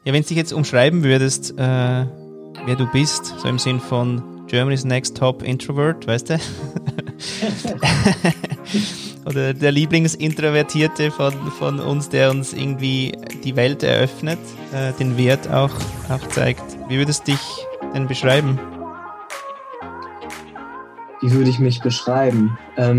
Ja, wenn du dich jetzt umschreiben würdest, wer du bist, so im Sinn von Germany's Next Top Introvert, weißt du? Oder der Lieblingsintrovertierte von uns, der uns irgendwie die Welt eröffnet, den Wert auch zeigt. Wie würdest du dich denn beschreiben? Wie würde ich mich beschreiben?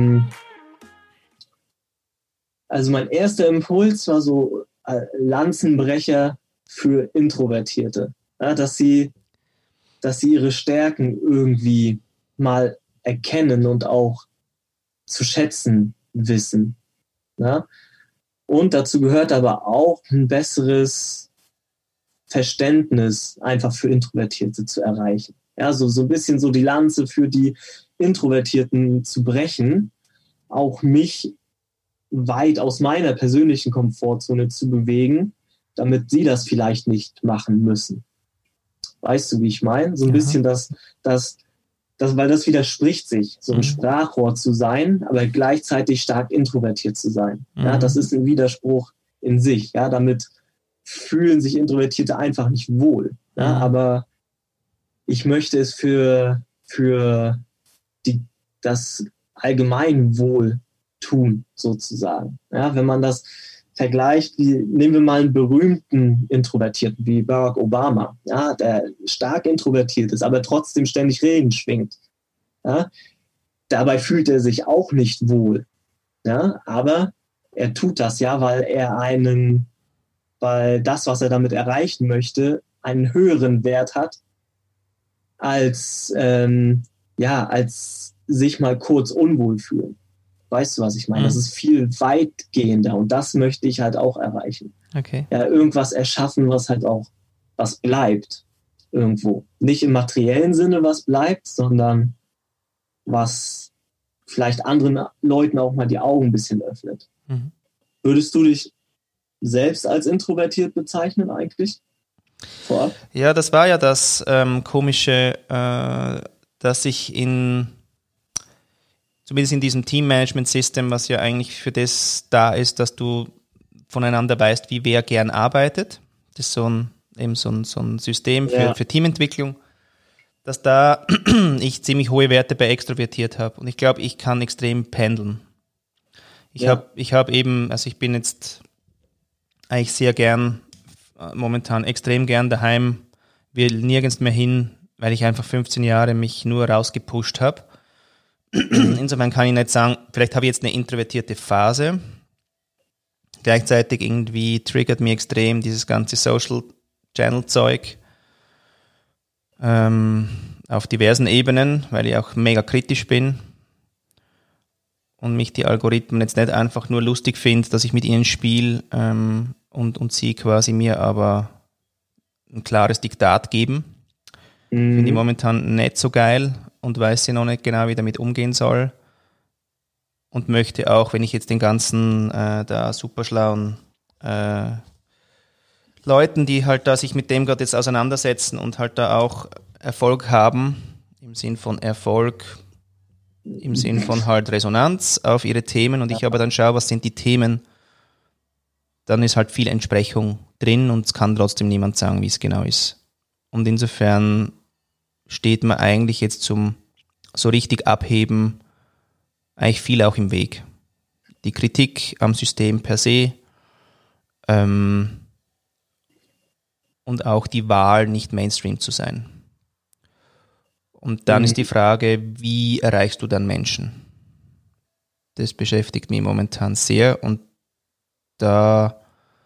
Also mein erster Impuls war so Lanzenbrecher für Introvertierte. Ja, dass sie ihre Stärken irgendwie mal erkennen und auch zu schätzen wissen. Ja? Und dazu gehört aber auch ein besseres Verständnis einfach für Introvertierte zu erreichen. Ja, so ein bisschen so die Lanze für die Introvertierten zu brechen, auch mich weit aus meiner persönlichen Komfortzone zu bewegen, damit sie das vielleicht nicht machen müssen. Weißt du, wie ich meine? So ein bisschen weil das widerspricht sich, so ein Sprachrohr zu sein, aber gleichzeitig stark introvertiert zu sein. Ja, das ist ein Widerspruch in sich. Ja, damit fühlen sich Introvertierte einfach nicht wohl. Ja, aber ich möchte es für das Allgemeinwohl tun, sozusagen. Ja, wenn man das vergleicht, nehmen wir mal einen berühmten Introvertierten wie Barack Obama, ja, der stark introvertiert ist, aber trotzdem ständig Reden schwingt. Ja, dabei fühlt er sich auch nicht wohl. Ja, aber er tut das ja, weil das, was er damit erreichen möchte, einen höheren Wert hat, als sich mal kurz unwohl fühlen. Weißt du, was ich meine? Das ist viel weitgehender und das möchte ich halt auch erreichen. Okay. Ja, irgendwas erschaffen, was halt auch was bleibt irgendwo. Nicht im materiellen Sinne was bleibt, sondern was vielleicht anderen Leuten auch mal die Augen ein bisschen öffnet. Würdest du dich selbst als introvertiert bezeichnen eigentlich? Vorab? Ja, das war ja das Komische, dass ich zumindest in diesem Team-Management-System, was ja eigentlich für das da ist, dass du voneinander weißt, wie wer gern arbeitet. Das ist so ein System für Teamentwicklung, dass da ich ziemlich hohe Werte bei extrovertiert habe. Und ich glaube, ich kann extrem pendeln. Ich bin jetzt eigentlich sehr gern, momentan extrem gern daheim, will nirgends mehr hin, weil ich einfach 15 Jahre mich nur rausgepusht habe. Insofern kann ich nicht sagen, vielleicht habe ich jetzt eine introvertierte Phase. Gleichzeitig irgendwie triggert mich extrem dieses ganze Social Channel Zeug auf diversen Ebenen, weil ich auch mega kritisch bin und mich die Algorithmen jetzt nicht einfach nur lustig finde, dass ich mit ihnen spiele und sie quasi mir aber ein klares Diktat geben. Finde ich momentan nicht so geil und weiß sie noch nicht genau, wie damit umgehen soll. Und möchte auch, wenn ich jetzt den ganzen da super schlauen Leuten, die halt da sich mit dem gerade jetzt auseinandersetzen und halt da auch Erfolg haben, im Sinn von Erfolg, im Sinn von halt Resonanz auf ihre Themen und ich aber dann schaue, was sind die Themen, dann ist halt viel Entsprechung drin und es kann trotzdem niemand sagen, wie es genau ist. Und insofern steht man eigentlich jetzt zum so richtig abheben eigentlich viel auch im Weg. Die Kritik am System per se und auch die Wahl, nicht Mainstream zu sein. Und dann ist die Frage, wie erreichst du dann Menschen? Das beschäftigt mich momentan sehr und da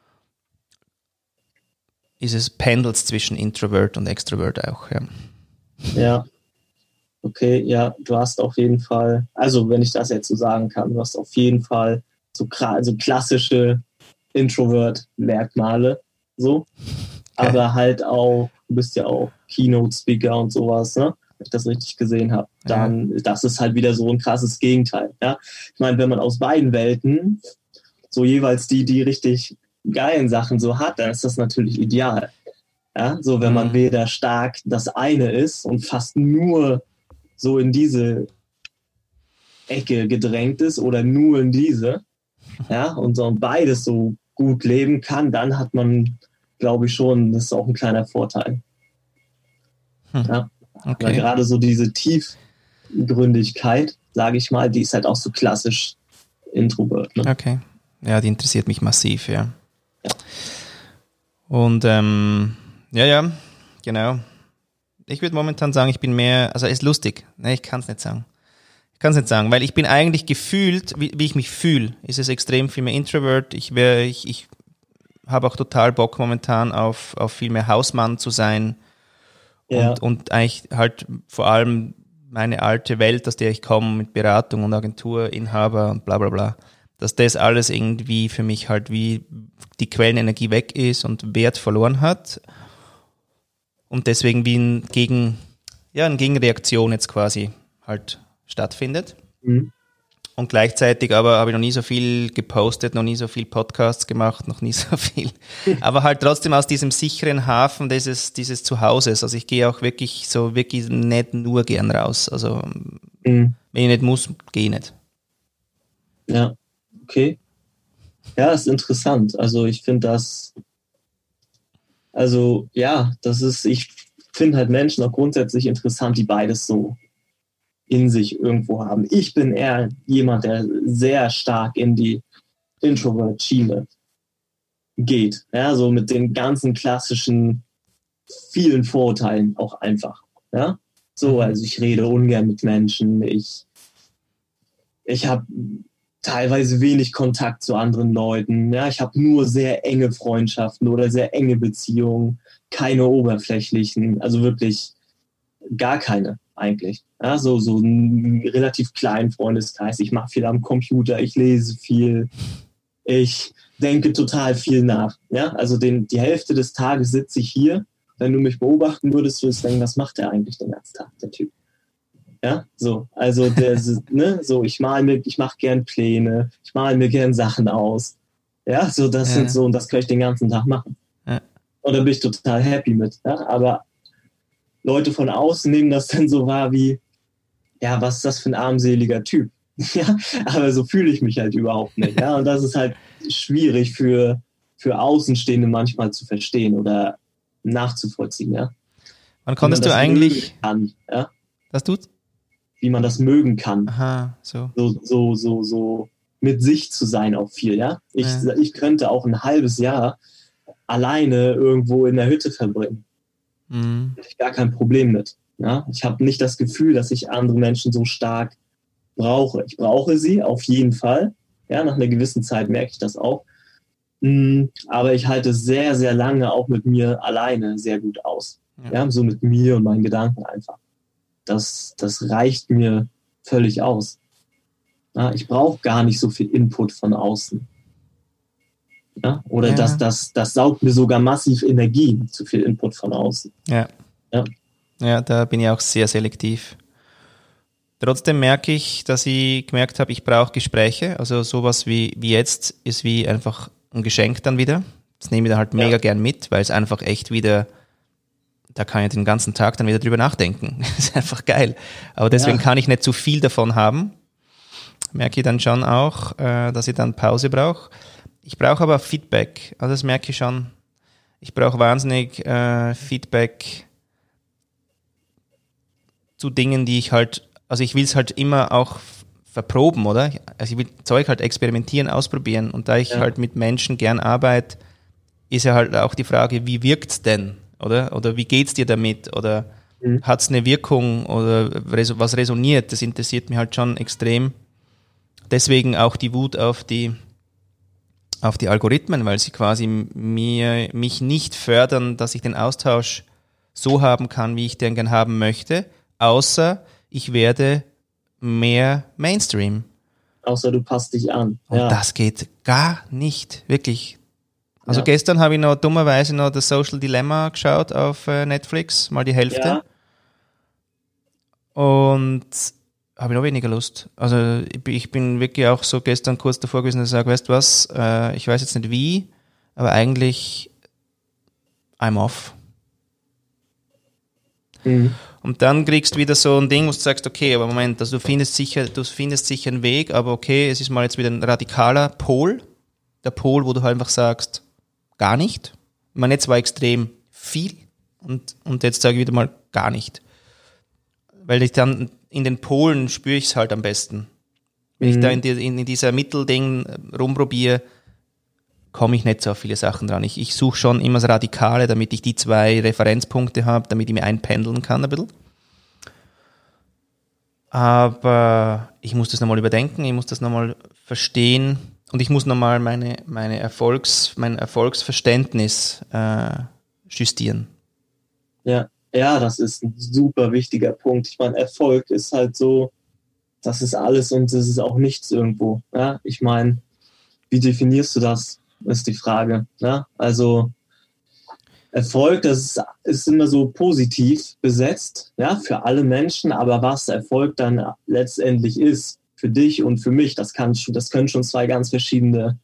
ist es pendelt zwischen Introvert und Extrovert auch. Ja. Okay, ja, du hast auf jeden Fall, also wenn ich das jetzt so sagen kann, du hast auf jeden Fall so klassische Introvert-Merkmale, so. Okay. Aber halt auch, du bist ja auch Keynote-Speaker und sowas, ne? Wenn ich das richtig gesehen habe, dann das ist halt wieder so ein krasses Gegenteil, ja. Ich meine, wenn man aus beiden Welten so jeweils die richtig geilen Sachen so hat, dann ist das natürlich ideal. Ja, so wenn man weder stark das eine ist und fast nur so in diese Ecke gedrängt ist oder nur in diese, ja, und so beides so gut leben kann, dann hat man, glaube ich schon, das ist auch ein kleiner Vorteil. Ja? Okay. Weil gerade so diese Tiefgründigkeit, sage ich mal, die ist halt auch so klassisch Introvert. Ne? Okay. Ja, die interessiert mich massiv, ja. Ja. Und ja, genau. Ich würde momentan sagen, ich bin mehr, also ist lustig. Ne, ich kann es nicht sagen. Weil ich bin eigentlich gefühlt, wie ich mich fühle, ist es extrem viel mehr Introvert. Ich habe auch total Bock momentan auf viel mehr Hausmann zu sein. Ja. Und eigentlich halt vor allem meine alte Welt, aus der ich komme, mit Beratung und Agenturinhaber und bla bla bla, dass das alles irgendwie für mich halt wie die Quellenenergie weg ist und Wert verloren hat. Und deswegen wie eine Gegenreaktion jetzt quasi halt stattfindet. Mhm. Und gleichzeitig aber habe ich noch nie so viel gepostet, noch nie so viel Podcasts gemacht, noch nie so viel. Aber halt trotzdem aus diesem sicheren Hafen dieses Zuhauses. Also ich gehe auch wirklich nicht nur gern raus. Also wenn ich nicht muss, gehe ich nicht. Ja, okay. Ja, ist interessant. Also ich finde ich finde halt Menschen auch grundsätzlich interessant, die beides so in sich irgendwo haben. Ich bin eher jemand, der sehr stark in die Introvert-Schiene geht. Ja, so mit den ganzen klassischen, vielen Vorurteilen auch einfach. Ja, so, also ich rede ungern mit Menschen. Ich habe teilweise wenig Kontakt zu anderen Leuten. Ja, ich habe nur sehr enge Freundschaften oder sehr enge Beziehungen, keine oberflächlichen, also wirklich gar keine eigentlich. Ja, so einen relativ kleinen Freundeskreis. Ich mache viel am Computer, ich lese viel, ich denke total viel nach. Ja, also die Hälfte des Tages sitze ich hier. Wenn du mich beobachten würdest, würdest du denken, was macht der eigentlich den ganzen Tag, der Typ? Ja, so, also ich mache gern Pläne, ich male mir gern Sachen aus. Ja, so, das sind so, und das kann ich den ganzen Tag machen. Ja. Und da bin ich total happy mit. Ja? Aber Leute von außen nehmen das dann so wahr wie, ja, was ist das für ein armseliger Typ? Ja, aber so fühle ich mich halt überhaupt nicht. Ja, und das ist halt schwierig für Außenstehende manchmal zu verstehen oder nachzuvollziehen. Ja. Wann konntest du eigentlich, ja? Das tut's? Wie man das mögen kann. Aha, so. So mit sich zu sein auch viel, ja. Ich könnte auch ein halbes Jahr alleine irgendwo in der Hütte verbringen. Hätte ich gar kein Problem mit. Ja? Ich habe nicht das Gefühl, dass ich andere Menschen so stark brauche. Ich brauche sie auf jeden Fall. Ja, nach einer gewissen Zeit merke ich das auch. Aber ich halte sehr, sehr lange auch mit mir alleine sehr gut aus. Ja, so mit mir und meinen Gedanken einfach. Das reicht mir völlig aus. Ja, ich brauche gar nicht so viel Input von außen. Ja? Oder das saugt mir sogar massiv Energie, zu viel Input von außen. Ja, da bin ich auch sehr selektiv. Trotzdem merke ich, dass ich gemerkt habe, ich brauche Gespräche. Also sowas wie jetzt ist wie einfach ein Geschenk dann wieder. Das nehme ich dann halt mega gern mit, weil es einfach echt wieder, da kann ich den ganzen Tag dann wieder drüber nachdenken. Das ist einfach geil. Aber deswegen kann ich nicht zu viel davon haben. Merke ich dann schon auch, dass ich dann Pause brauche. Ich brauche aber Feedback. Also das merke ich schon. Ich brauche wahnsinnig Feedback zu Dingen, die ich halt, also ich will es halt immer auch verproben, oder? Also ich will Zeug halt experimentieren, ausprobieren. Und da ich halt mit Menschen gern arbeite, ist ja halt auch die Frage, wie wirkt's denn? Oder wie geht's dir damit? Oder hat's eine Wirkung? Oder was resoniert? Das interessiert mich halt schon extrem. Deswegen auch die Wut auf die Algorithmen, weil sie quasi mich nicht fördern, dass ich den Austausch so haben kann, wie ich den gern haben möchte, außer ich werde mehr Mainstream. Außer du passt dich an. Und das geht gar nicht, wirklich. Also gestern habe ich noch dummerweise noch das Social Dilemma geschaut auf Netflix, mal die Hälfte. Und habe ich noch weniger Lust. Also ich bin wirklich auch so gestern kurz davor gewesen, dass ich sage, weißt du was, ich weiß jetzt nicht wie, aber eigentlich I'm off. Und dann kriegst du wieder so ein Ding, wo du sagst, okay, aber Moment, also du findest sicher einen Weg, aber okay, es ist mal jetzt wieder ein radikaler Pol. Der Pol, wo du halt einfach sagst, gar nicht. Man jetzt war extrem viel und jetzt sage ich wieder mal gar nicht. Weil ich dann in den Polen spüre ich es halt am besten. Wenn ich da in dieser Mittelding rumprobiere, komme ich nicht so auf viele Sachen dran. Ich suche schon immer das Radikale, damit ich die 2 Referenzpunkte habe, damit ich mir einpendeln kann ein bisschen. Aber ich muss das nochmal überdenken, ich muss das nochmal verstehen und ich muss nochmal mein Erfolgsverständnis justieren. Ja, das ist ein super wichtiger Punkt. Ich meine, Erfolg ist halt so, das ist alles und es ist auch nichts irgendwo. Ja? Ich meine, wie definierst du das, ist die Frage. Ja? Also Erfolg, das ist immer so positiv besetzt, ja, für alle Menschen, aber was Erfolg dann letztendlich ist, für dich und für mich, das können schon 2 ganz verschiedene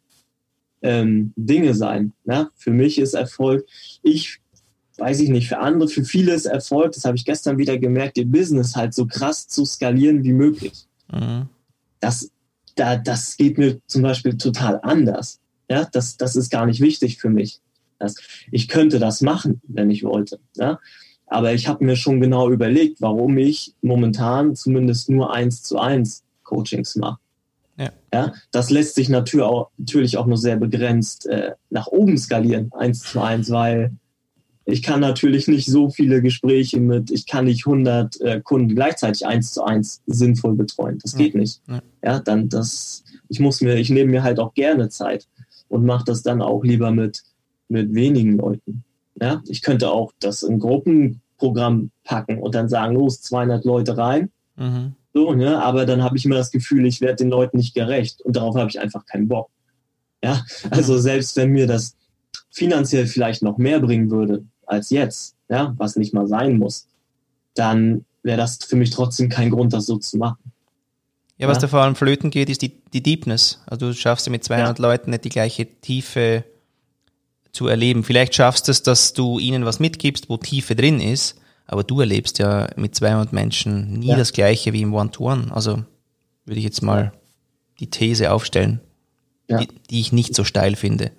Dinge sein. Ja? Für mich ist Erfolg, weiß ich nicht, für andere, für viele ist Erfolg, das habe ich gestern wieder gemerkt, ihr Business halt so krass zu skalieren wie möglich. Mhm. Das geht mir zum Beispiel total anders. Ja? Das ist gar nicht wichtig für mich. Ich könnte das machen, wenn ich wollte. Ja? Aber ich habe mir schon genau überlegt, warum ich momentan zumindest nur 1:1 Coachings mache. Ja. Ja? Das lässt sich natürlich auch nur sehr begrenzt nach oben skalieren, 1:1, weil ich kann natürlich nicht so viele Gespräche ich kann nicht 100 Kunden gleichzeitig 1:1 sinnvoll betreuen. Das geht nicht. Ja, ich nehme mir halt auch gerne Zeit und mache das dann auch lieber mit wenigen Leuten. Ja, ich könnte auch das in Gruppenprogramm packen und dann sagen, los, 200 Leute rein. Mhm. So, ne? Aber dann habe ich immer das Gefühl, ich werde den Leuten nicht gerecht und darauf habe ich einfach keinen Bock. Ja, also selbst wenn mir das finanziell vielleicht noch mehr bringen würde als jetzt, ja, was nicht mal sein muss, dann wäre das für mich trotzdem kein Grund, das so zu machen. Ja, was da vor allem flöten geht, ist die Deepness. Also du schaffst ja mit 200 Leuten nicht die gleiche Tiefe zu erleben. Vielleicht schaffst du es, dass du ihnen was mitgibst, wo Tiefe drin ist, aber du erlebst ja mit 200 Menschen nie das Gleiche wie im One-to-One. Also würde ich jetzt mal die These aufstellen, die ich nicht so steil finde.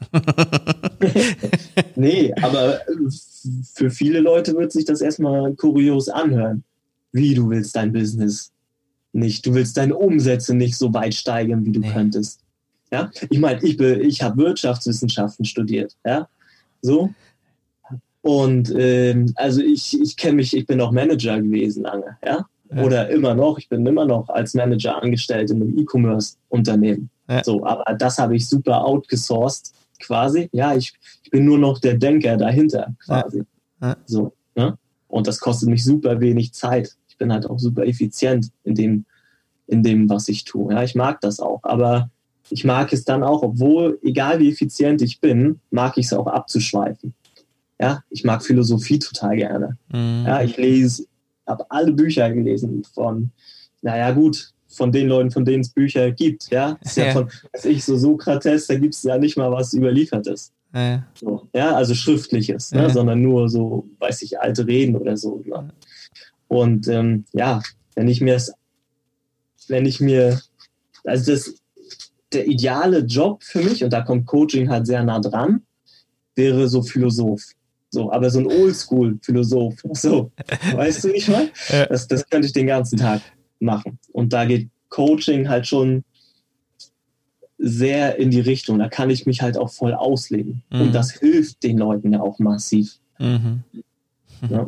Nee, aber für viele Leute wird sich das erstmal kurios anhören. Wie, du willst dein Business nicht, du willst deine Umsätze nicht so weit steigern, wie du könntest. Ja, ich meine, ich habe Wirtschaftswissenschaften studiert, ja, so. Und also ich kenne mich, ich bin auch Manager gewesen lange, ja, oder immer noch, ich bin immer noch als Manager angestellt in einem E-Commerce-Unternehmen. Ja. So, aber das habe ich super outgesourced, quasi. Ja, ich bin nur noch der Denker dahinter, quasi. Ja. So, ne? Und das kostet mich super wenig Zeit. Ich bin halt auch super effizient in dem, was ich tue. Ja, ich mag das auch, aber ich mag es dann auch, obwohl, egal wie effizient ich bin, mag ich es auch abzuschweifen. Ja, ich mag Philosophie total gerne. Mhm. Ja, habe alle Bücher gelesen von den Leuten, von denen es Bücher gibt. Ja, das ist ja von, so Sokrates, da gibt es ja nicht mal was Überliefertes. Ja, so, ja, also Schriftliches, ne, sondern nur so, weiß ich, alte Reden oder so. Ne? Und der ideale Job für mich, und da kommt Coaching halt sehr nah dran, wäre so Philosoph. So, aber so ein Oldschool-Philosoph. So, weißt du, wie ich meine? Das könnte ich den ganzen Tag machen. Und da geht Coaching halt schon sehr in die Richtung. Da kann ich mich halt auch voll ausleben. Mhm. Und das hilft den Leuten ja auch massiv. Mhm. Ja.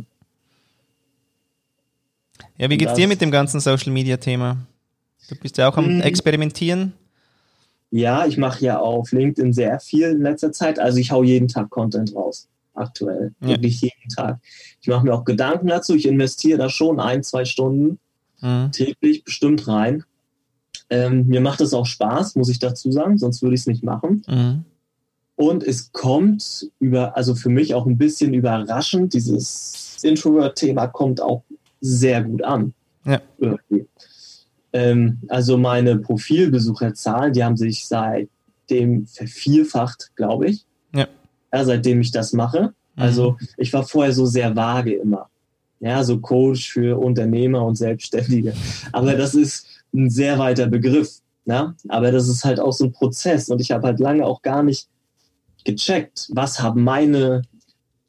Ja, wie geht's dir mit dem ganzen Social-Media-Thema? Du bist ja auch am Experimentieren. Ja, ich mache ja auf LinkedIn sehr viel in letzter Zeit. Also ich hau jeden Tag Content raus. Aktuell. Wirklich jeden Tag. Ich mache mir auch Gedanken dazu. Ich investiere da schon 1-2 Stunden täglich bestimmt rein. Mir macht es auch Spaß, muss ich dazu sagen, sonst würde ich es nicht machen. Mhm. Und es kommt also für mich auch ein bisschen überraschend, dieses Introvert-Thema kommt auch sehr gut an. Ja. Irgendwie. Also meine Profilbesucherzahlen, die haben sich seitdem vervierfacht, glaube ich. Ja, seitdem ich das mache. Also ich war vorher so sehr vage immer. Ja, so Coach für Unternehmer und Selbstständige. Aber das ist ein sehr weiter Begriff. Ja? Aber das ist halt auch so ein Prozess. Und ich habe halt lange auch gar nicht gecheckt, was haben meine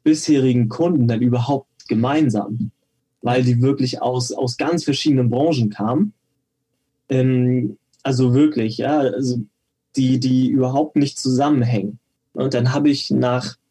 bisherigen Kunden denn überhaupt gemeinsam? Weil die wirklich aus ganz verschiedenen Branchen kamen. Also wirklich, ja, also die überhaupt nicht zusammenhängen. Und dann habe ich ich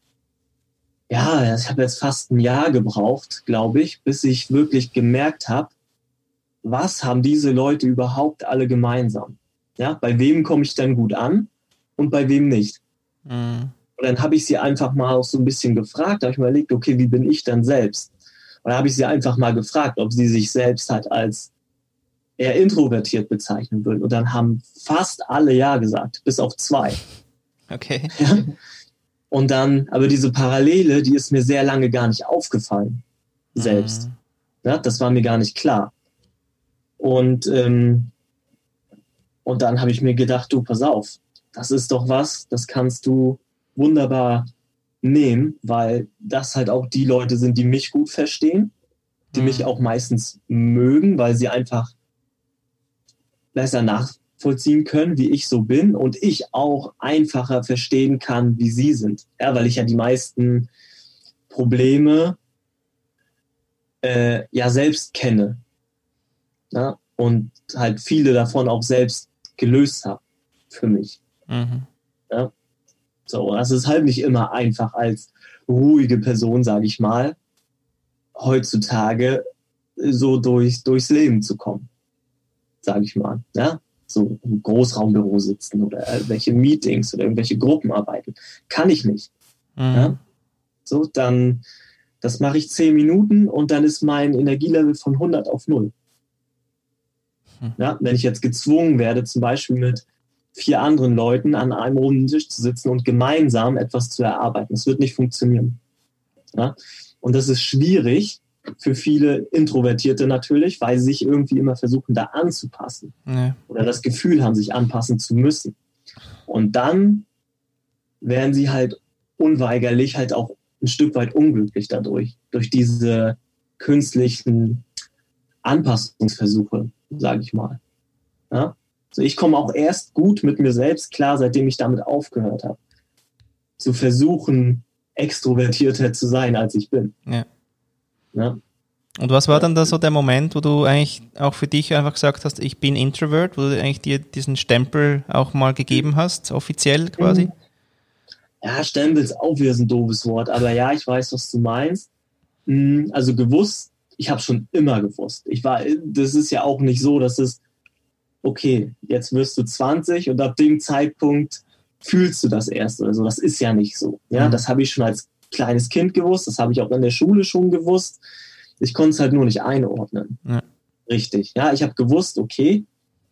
habe jetzt fast ein Jahr gebraucht, glaube ich, bis ich wirklich gemerkt habe, was haben diese Leute überhaupt alle gemeinsam? Ja, bei wem komme ich denn gut an und bei wem nicht? Und dann habe ich sie einfach mal auch so ein bisschen gefragt, habe ich mir überlegt, okay, wie bin ich denn selbst? Und dann habe ich sie einfach mal gefragt, ob sie sich selbst halt als eher introvertiert bezeichnen würden. Und dann haben fast alle ja gesagt, bis auf 2. Okay. Ja? Und dann, aber diese Parallele, die ist mir sehr lange gar nicht aufgefallen, selbst. Ja, das war mir gar nicht klar. Und dann habe ich mir gedacht, du, pass auf, das ist doch was, das kannst du wunderbar nehmen, weil das halt auch die Leute sind, die mich gut verstehen, die mich auch meistens mögen, weil sie einfach besser nachvollziehen können, wie ich so bin und ich auch einfacher verstehen kann, wie sie sind. Ja, weil ich ja die meisten Probleme selbst kenne. Ja, und halt viele davon auch selbst gelöst habe für mich. Ja, so, das ist halt nicht immer einfach als ruhige Person, sage ich mal, heutzutage so durchs Leben zu kommen, sage ich mal. Ja, so im Großraumbüro sitzen oder irgendwelche Meetings oder irgendwelche Gruppenarbeiten. Kann ich nicht. Ja? So, dann, das mache ich 10 Minuten und dann ist mein Energielevel von 100 auf 0. Ja, wenn ich jetzt gezwungen werde, zum Beispiel mit 4 anderen Leuten an einem runden Tisch zu sitzen und gemeinsam etwas zu erarbeiten. Das wird nicht funktionieren. Ja? Und das ist schwierig für viele Introvertierte natürlich, weil sie sich irgendwie immer versuchen, da anzupassen. Ja. Oder das Gefühl haben, sich anpassen zu müssen. Und dann werden sie halt unweigerlich halt auch ein Stück weit unglücklich dadurch, durch diese künstlichen Anpassungsversuche, sage ich mal. Ja? Also ich komme auch erst gut mit mir selbst klar, seitdem ich damit aufgehört habe, zu versuchen, extrovertierter zu sein, als ich bin. Ja. Ja. Und was war dann da so der Moment, wo du eigentlich auch für dich einfach gesagt hast, ich bin Introvert, wo du eigentlich dir diesen Stempel auch mal gegeben hast, offiziell quasi? Ja, Stempel ist auch wieder so ein doofes Wort, aber ja, ich weiß, was du meinst. Also gewusst, ich habe schon immer gewusst. Das ist ja auch nicht so, dass es, okay, jetzt wirst du 20 und ab dem Zeitpunkt fühlst du das erst oder so. Das ist ja nicht so. Ja, das habe ich schon als kleines Kind gewusst, das habe ich auch in der Schule schon gewusst. Ich konnte es halt nur nicht einordnen. Ja. Richtig. Ja, ich habe gewusst, okay,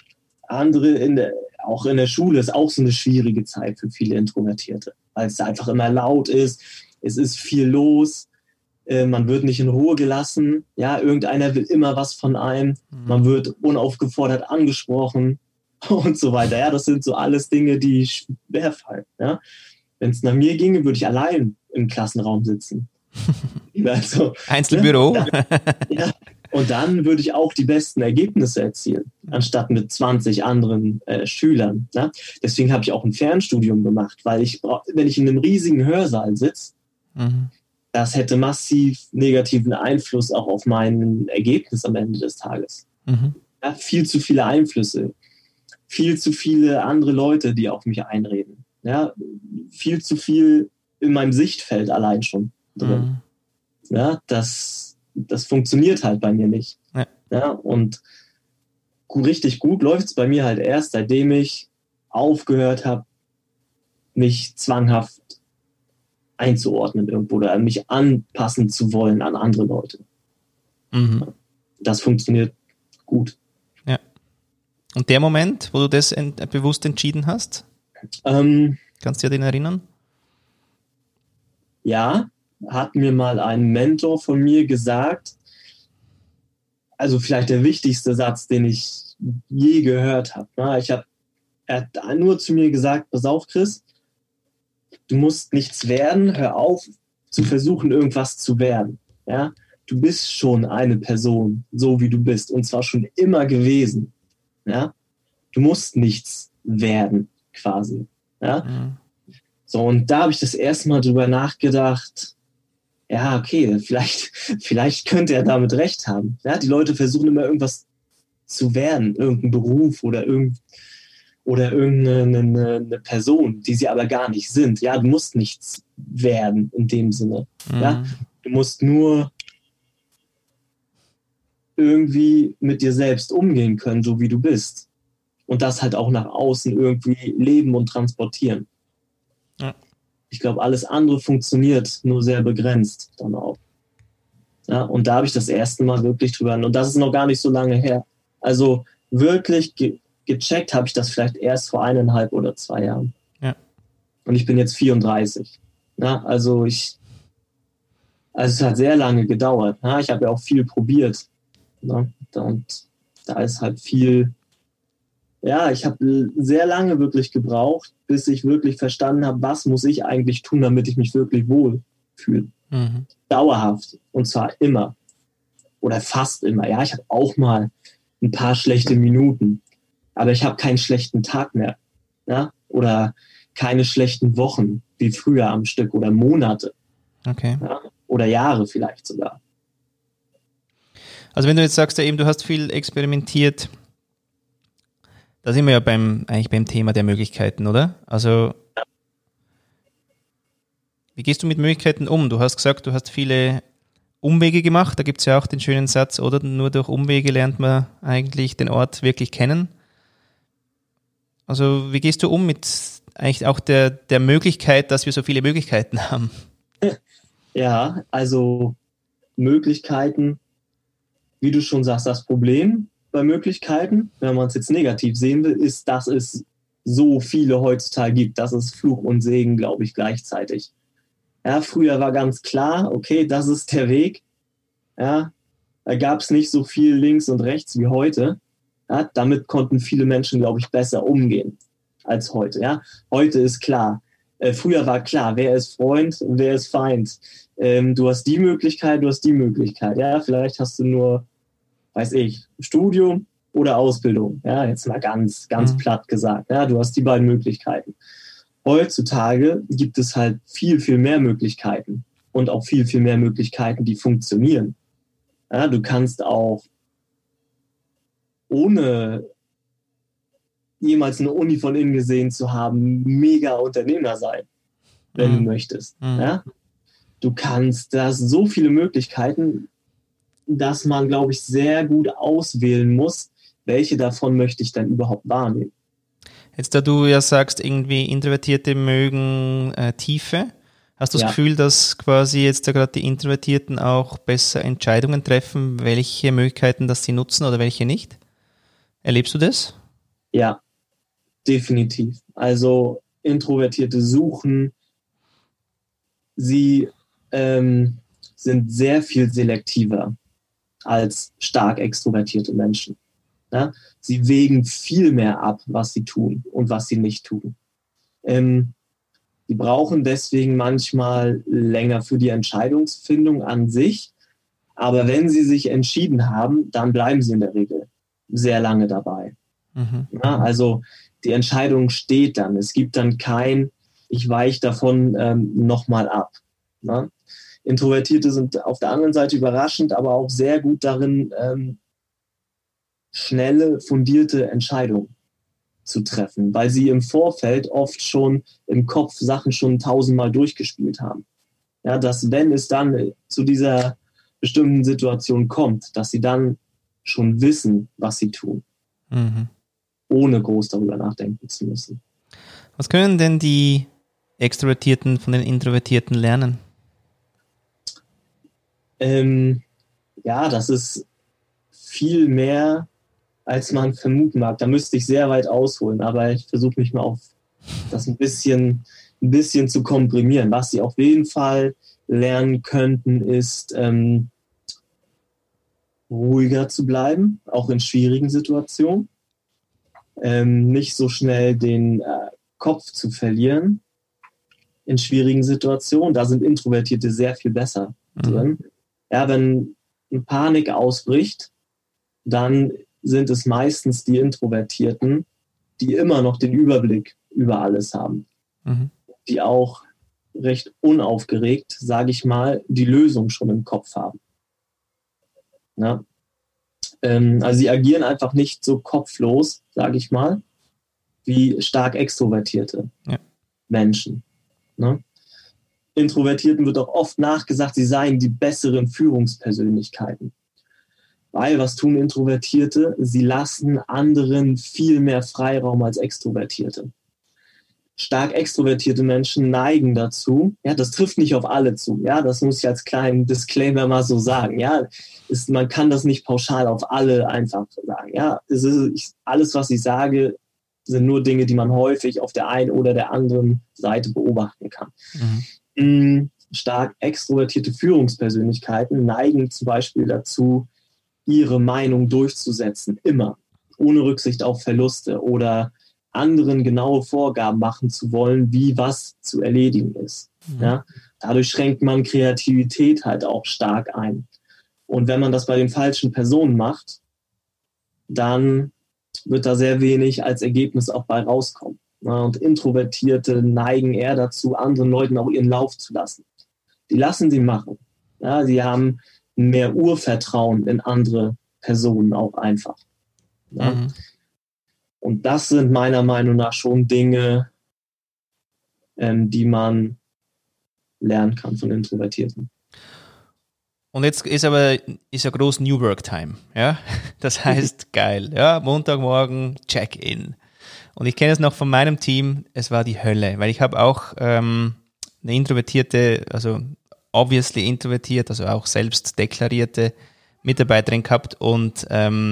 auch in der Schule ist auch so eine schwierige Zeit für viele Introvertierte, weil es einfach immer laut ist, es ist viel los, man wird nicht in Ruhe gelassen, ja, irgendeiner will immer was von einem, man wird unaufgefordert angesprochen und so weiter. Ja, das sind so alles Dinge, die schwerfallen. Ja. Wenn es nach mir ginge, würde ich allein im Klassenraum sitzen. Also, Einzelbüro. Ja, und dann würde ich auch die besten Ergebnisse erzielen, anstatt mit 20 anderen Schülern. Ne? Deswegen habe ich auch ein Fernstudium gemacht, weil wenn ich in einem riesigen Hörsaal sitze, das hätte massiv negativen Einfluss auch auf mein Ergebnis am Ende des Tages. Ja, viel zu viele Einflüsse, viel zu viele andere Leute, die auf mich einreden. Ja, viel zu viel in meinem Sichtfeld allein schon drin. Ja, das funktioniert halt bei mir nicht. Ja, und richtig gut läuft es bei mir halt erst, seitdem ich aufgehört habe, mich zwanghaft einzuordnen irgendwo oder mich anpassen zu wollen an andere Leute. Das funktioniert gut. Ja. Und der Moment, wo du das bewusst entschieden hast? Kannst du dir den erinnern? Ja, hat mir mal ein Mentor von mir gesagt, also vielleicht der wichtigste Satz, den ich je gehört habe. Er hat nur zu mir gesagt, pass auf, Chris, du musst nichts werden, hör auf zu versuchen, irgendwas zu werden. Ja? Du bist schon eine Person, so wie du bist, und zwar schon immer gewesen. Ja? Du musst nichts werden, quasi. Ja? So, und da habe ich das erste Mal drüber nachgedacht, ja, okay, vielleicht könnte er damit recht haben. Ja, die Leute versuchen immer irgendwas zu werden, irgendeinen Beruf oder irgendeine eine Person, die sie aber gar nicht sind. Ja, du musst nichts werden in dem Sinne. Ja, du musst nur irgendwie mit dir selbst umgehen können, so wie du bist. Und das halt auch nach außen irgendwie leben und transportieren. Ja. Ich glaube, alles andere funktioniert nur sehr begrenzt dann auch. Ja, und da habe ich das erste Mal wirklich drüber, und das ist noch gar nicht so lange her. Also wirklich gecheckt habe ich das vielleicht erst vor 1,5 oder 2 Jahren. Ja. Und ich bin jetzt 34. Ja, also es hat sehr lange gedauert. Ja, ich habe ja auch viel probiert. Ja, und da ist halt viel, ja, ich habe sehr lange wirklich gebraucht, bis ich wirklich verstanden habe, was muss ich eigentlich tun, damit ich mich wirklich wohl fühle. Mhm. Dauerhaft. Und zwar immer. Oder fast immer. Ja, ich habe auch mal ein paar schlechte Minuten. Aber ich habe keinen schlechten Tag mehr. Ja? Oder keine schlechten Wochen wie früher am Stück oder Monate. Okay. Ja? Oder Jahre vielleicht sogar. Also wenn du jetzt sagst, ja eben, du hast viel experimentiert, da sind wir ja eigentlich beim Thema der Möglichkeiten, oder? Also wie gehst du mit Möglichkeiten um? Du hast gesagt, du hast viele Umwege gemacht. Da gibt es ja auch den schönen Satz, oder? Nur durch Umwege lernt man eigentlich den Ort wirklich kennen. Also wie gehst du um mit eigentlich auch der Möglichkeit, dass wir so viele Möglichkeiten haben? Ja, also Möglichkeiten, wie du schon sagst, das Problem bei Möglichkeiten, wenn man es jetzt negativ sehen will, ist, dass es so viele heutzutage gibt. Das ist Fluch und Segen, glaube ich, gleichzeitig. Ja, früher war ganz klar, okay, das ist der Weg. Ja, da gab es nicht so viel links und rechts wie heute. Ja, damit konnten viele Menschen, glaube ich, besser umgehen als heute. Ja, heute ist klar. Früher war klar, wer ist Freund und wer ist Feind. Du hast die Möglichkeit, du hast die Möglichkeit. Ja, vielleicht hast du nur, weiß ich, Studium oder Ausbildung. Ja, jetzt mal ganz platt gesagt. Ja, du hast die beiden Möglichkeiten. Heutzutage gibt es halt viel, viel mehr Möglichkeiten und auch viel, viel mehr Möglichkeiten, die funktionieren. Ja, du kannst auch ohne jemals eine Uni von innen gesehen zu haben, mega Unternehmer sein, wenn du möchtest. Ja? Du kannst, da hast so viele Möglichkeiten, dass man, glaube ich, sehr gut auswählen muss, welche davon möchte ich dann überhaupt wahrnehmen. Jetzt, da du ja sagst, irgendwie Introvertierte mögen Tiefe, hast du das Gefühl, dass quasi jetzt da gerade die Introvertierten auch besser Entscheidungen treffen, welche Möglichkeiten das sie nutzen oder welche nicht? Erlebst du das? Ja, definitiv. Also Introvertierte suchen, sie sind sehr viel selektiver als stark extrovertierte Menschen. Ja? Sie wägen viel mehr ab, was sie tun und was sie nicht tun. Die brauchen deswegen manchmal länger für die Entscheidungsfindung an sich. Aber wenn sie sich entschieden haben, dann bleiben sie in der Regel sehr lange dabei. Ja, also die Entscheidung steht dann. Es gibt dann kein, ich weiche davon nochmal ab. Ja? Introvertierte sind auf der anderen Seite überraschend, aber auch sehr gut darin, schnelle, fundierte Entscheidungen zu treffen, weil sie im Vorfeld oft schon im Kopf Sachen schon 1000-mal durchgespielt haben. Ja, dass wenn es dann zu dieser bestimmten Situation kommt, dass sie dann schon wissen, was sie tun, ohne groß darüber nachdenken zu müssen. Was können denn die Extrovertierten von den Introvertierten lernen? Ja, das ist viel mehr, als man vermuten mag. Da müsste ich sehr weit ausholen, aber ich versuche mich mal auf das ein bisschen zu komprimieren. Was sie auf jeden Fall lernen könnten, ist ruhiger zu bleiben, auch in schwierigen Situationen. Nicht so schnell den Kopf zu verlieren in schwierigen Situationen. Da sind Introvertierte sehr viel besser drin. Ja, wenn eine Panik ausbricht, dann sind es meistens die Introvertierten, die immer noch den Überblick über alles haben. Die auch recht unaufgeregt, sage ich mal, die Lösung schon im Kopf haben. Ja? Also sie agieren einfach nicht so kopflos, sage ich mal, wie stark extrovertierte Menschen. Ne? Introvertierten wird auch oft nachgesagt, sie seien die besseren Führungspersönlichkeiten. Weil, was tun Introvertierte? Sie lassen anderen viel mehr Freiraum als Extrovertierte. Stark extrovertierte Menschen neigen dazu, ja, das trifft nicht auf alle zu, ja, das muss ich als kleinen Disclaimer mal so sagen, ja, man kann das nicht pauschal auf alle einfach sagen, ja, alles, was ich sage, sind nur Dinge, die man häufig auf der einen oder der anderen Seite beobachten kann. Stark extrovertierte Führungspersönlichkeiten neigen zum Beispiel dazu, ihre Meinung durchzusetzen, immer, ohne Rücksicht auf Verluste oder anderen genaue Vorgaben machen zu wollen, wie was zu erledigen ist. Ja? Dadurch schränkt man Kreativität halt auch stark ein. Und wenn man das bei den falschen Personen macht, dann wird da sehr wenig als Ergebnis auch bei rauskommen. Ja? Und Introvertierte neigen eher dazu, anderen Leuten auch ihren Lauf zu lassen. Die lassen sie machen. Ja? Sie haben mehr Urvertrauen in andere Personen auch einfach. Ja? Und das sind meiner Meinung nach schon Dinge, die man lernen kann von Introvertierten. Und jetzt ist ja groß New Work Time, ja? Das heißt, geil, ja, Montagmorgen, Check-in. Und ich kenne es noch von meinem Team, es war die Hölle, weil ich habe auch eine introvertierte, also obviously introvertiert, also auch selbst deklarierte Mitarbeiterin gehabt und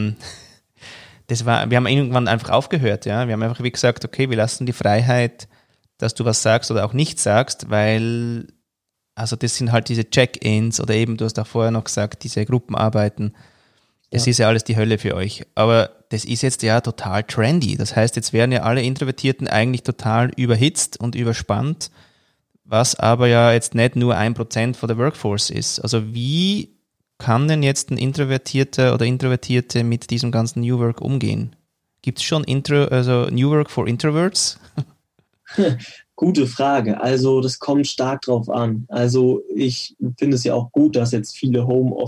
wir haben irgendwann einfach aufgehört, ja. Wir haben einfach wie gesagt, okay, wir lassen die Freiheit, dass du was sagst oder auch nicht sagst, weil, also das sind halt diese Check-ins oder eben, du hast auch vorher noch gesagt, diese Gruppenarbeiten, das ist ja alles die Hölle für euch. Aber das ist jetzt ja total trendy. Das heißt, jetzt werden ja alle Introvertierten eigentlich total überhitzt und überspannt, was aber ja jetzt nicht nur 1% von der Workforce ist. Also wie kann denn jetzt ein Introvertierter oder Introvertierte mit diesem ganzen New Work umgehen? Gibt es schon New Work for Introverts? Gute Frage. Also das kommt stark drauf an. Also ich finde es ja auch gut, dass jetzt viele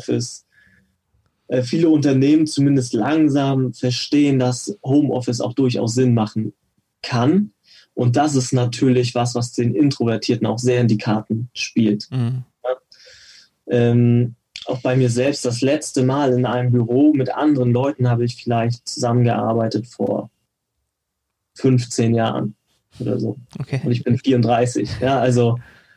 Unternehmen zumindest langsam verstehen, dass Homeoffice auch durchaus Sinn machen kann. Und das ist natürlich was den Introvertierten auch sehr in die Karten spielt. Ja? Auch bei mir selbst, das letzte Mal in einem Büro mit anderen Leuten habe ich vielleicht zusammengearbeitet vor 15 Jahren oder so. Okay. Und ich bin 34. Ja, also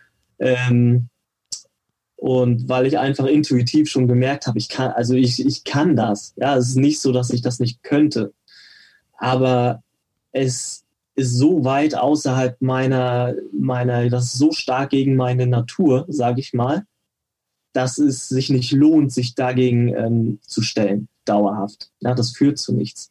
und weil ich einfach intuitiv schon gemerkt habe, ich kann das. Ja, es ist nicht so, dass ich das nicht könnte. Aber es ist so weit außerhalb das ist so stark gegen meine Natur, sage ich mal, dass es sich nicht lohnt, sich dagegen zu dauerhaft. Ja, das führt zu nichts.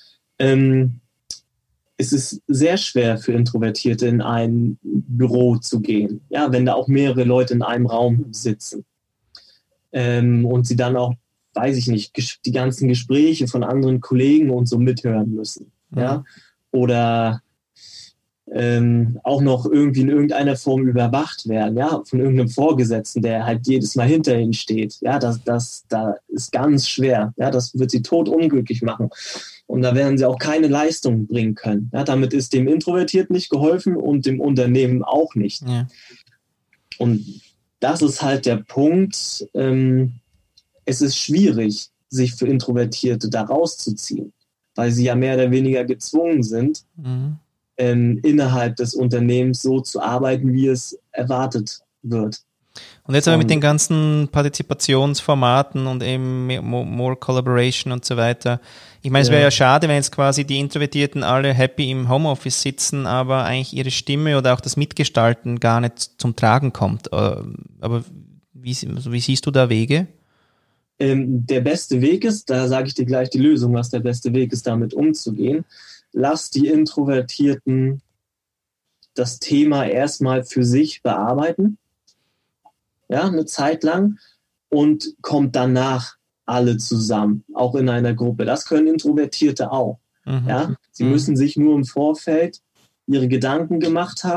Es ist sehr schwer für Introvertierte, in ein Büro zu gehen, ja, wenn da auch mehrere Leute in einem Raum sitzen. Und sie dann auch, weiß ich nicht, die ganzen Gespräche von anderen Kollegen und so mithören müssen. Ja? Oder auch noch irgendwie in irgendeiner Form überwacht werden, ja, von irgendeinem Vorgesetzten, der halt jedes Mal hinter ihnen steht. Ja, das ist ganz schwer. Ja, das wird sie totunglücklich machen. Und da werden sie auch keine Leistung bringen können. Ja, damit ist dem Introvertierten nicht geholfen und dem Unternehmen auch nicht. Ja. Und das ist halt der Punkt. Es ist schwierig, sich für Introvertierte da rauszuziehen, weil sie ja mehr oder weniger gezwungen sind, innerhalb des Unternehmens so zu arbeiten, wie es erwartet wird. Und jetzt aber mit den ganzen Partizipationsformaten und eben more Collaboration und so weiter. Ich meine, es wäre ja schade, wenn jetzt quasi die Introvertierten alle happy im Homeoffice sitzen, aber eigentlich ihre Stimme oder auch das Mitgestalten gar nicht zum Tragen kommt. Aber wie siehst du da Wege? Der beste Weg ist, da sage ich dir gleich die Lösung, was der beste Weg ist, damit umzugehen. Lass die Introvertierten das Thema erstmal für sich bearbeiten, ja, eine Zeit lang, und kommt danach alle zusammen, auch in einer Gruppe. Das können Introvertierte auch. Ja? Sie müssen sich nur im Vorfeld ihre Gedanken gemacht haben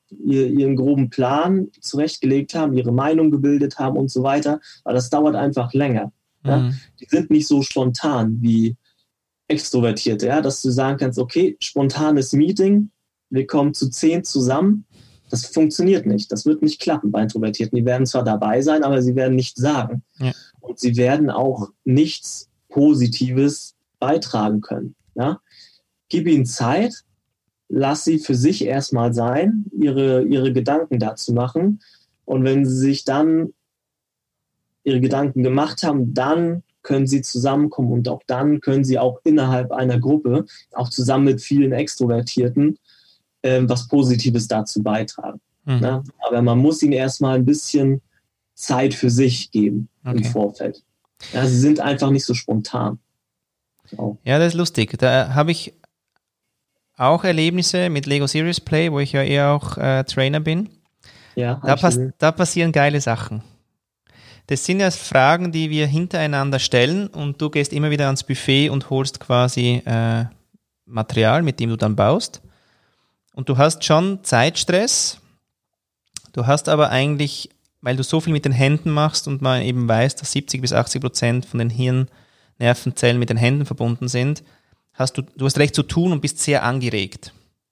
ihren groben Plan zurechtgelegt haben, ihre Meinung gebildet haben und so weiter. Aber das dauert einfach länger. Ja? Die sind nicht so spontan wie Extrovertierte, ja? Dass du sagen kannst, okay, spontanes Meeting, wir kommen zu 10 zusammen. Das funktioniert nicht. Das wird nicht klappen bei Introvertierten. Die werden zwar dabei sein, aber sie werden nichts sagen. Ja. Und sie werden auch nichts Positives beitragen können. Ja? Gib ihnen Zeit, lass sie für sich erstmal sein, ihre Gedanken dazu machen. Und wenn sie sich dann ihre Gedanken gemacht haben, dann können sie zusammenkommen und auch dann können sie auch innerhalb einer Gruppe, auch zusammen mit vielen Extrovertierten, was Positives dazu beitragen. Ne? Aber man muss ihnen erstmal ein bisschen Zeit für sich geben im Vorfeld. Ja, sie sind einfach nicht so spontan. Auch. Ja, das ist lustig. Da habe ich auch Erlebnisse mit Lego Serious Play, wo ich ja eher auch Trainer bin. Ja, da passieren geile Sachen. Das sind ja Fragen, die wir hintereinander stellen und du gehst immer wieder ans Buffet und holst quasi Material, mit dem du dann baust. Und du hast schon Zeitstress. Du hast aber eigentlich, weil du so viel mit den Händen machst und man eben weiß, dass 70-80% von den Hirnnervenzellen mit den Händen verbunden sind, du hast recht zu tun und bist sehr angeregt.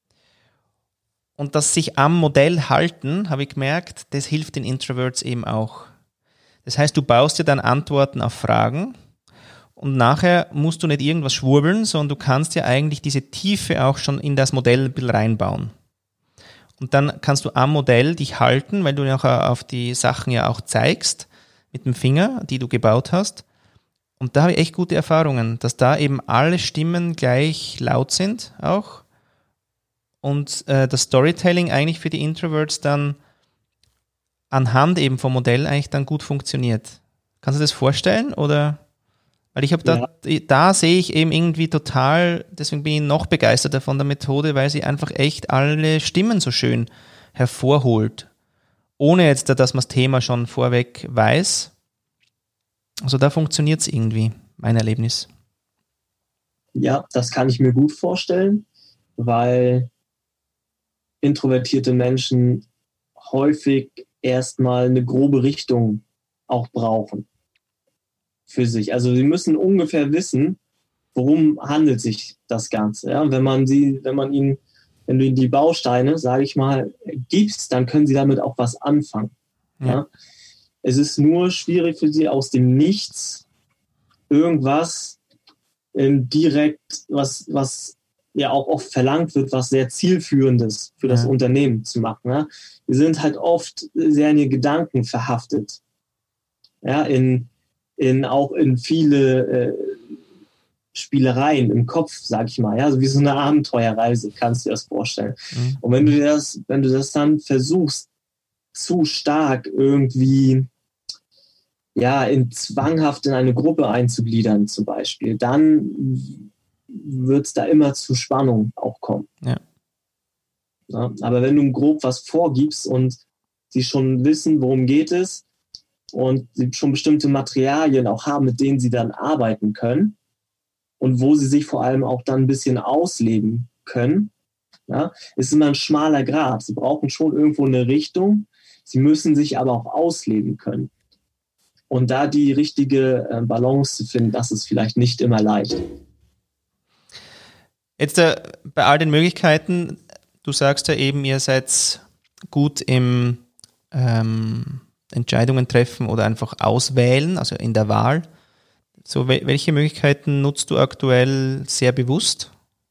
Und das sich am Modell halten, habe ich gemerkt, das hilft den Introverts eben auch. Das heißt, du baust dir dann Antworten auf Fragen und nachher musst du nicht irgendwas schwurbeln, sondern du kannst ja eigentlich diese Tiefe auch schon in das Modell ein bisschen reinbauen. Und dann kannst du am Modell dich halten, weil du nachher auf die Sachen ja auch zeigst mit dem Finger, die du gebaut hast. Und da habe ich echt gute Erfahrungen, dass da eben alle Stimmen gleich laut sind auch und das Storytelling eigentlich für die Introverts dann anhand eben vom Modell eigentlich dann gut funktioniert. Kannst du das vorstellen? Oder? Weil ich habe da sehe ich eben irgendwie total, deswegen bin ich noch begeisterter von der Methode, weil sie einfach echt alle Stimmen so schön hervorholt. Ohne jetzt, dass man das Thema schon vorweg weiß. Also da funktioniert es irgendwie, mein Erlebnis. Ja, das kann ich mir gut vorstellen, weil introvertierte Menschen häufig erstmal eine grobe Richtung auch brauchen für sich. Also sie müssen ungefähr wissen, worum handelt sich das Ganze. Ja? Wenn du ihnen die Bausteine, sage ich mal, gibst, dann können sie damit auch was anfangen. Ja? Es ist nur schwierig für sie, aus dem Nichts irgendwas direkt, was ja auch oft verlangt wird, was sehr zielführendes für das Unternehmen zu machen. Ja? Wir sind halt oft sehr in den Gedanken verhaftet. Ja, auch in viele Spielereien im Kopf, sag ich mal. Ja? Also wie so eine Abenteuerreise, kannst du dir das vorstellen. Und wenn du das dann versuchst, zu stark irgendwie zwanghaft in eine Gruppe einzugliedern zum Beispiel, dann wird es da immer zu Spannung auch kommen. Ja. Ja, aber wenn du grob was vorgibst und sie schon wissen, worum geht es und sie schon bestimmte Materialien auch haben, mit denen sie dann arbeiten können und wo sie sich vor allem auch dann ein bisschen ausleben können, ist immer ein schmaler Grat. Sie brauchen schon irgendwo eine Richtung, sie müssen sich aber auch ausleben können. Und da die richtige Balance zu finden, das ist vielleicht nicht immer leicht. Jetzt bei all den Möglichkeiten, du sagst ja eben, ihr seid gut im Entscheidungen treffen oder einfach auswählen, also in der Wahl. So, welche Möglichkeiten nutzt du aktuell sehr bewusst?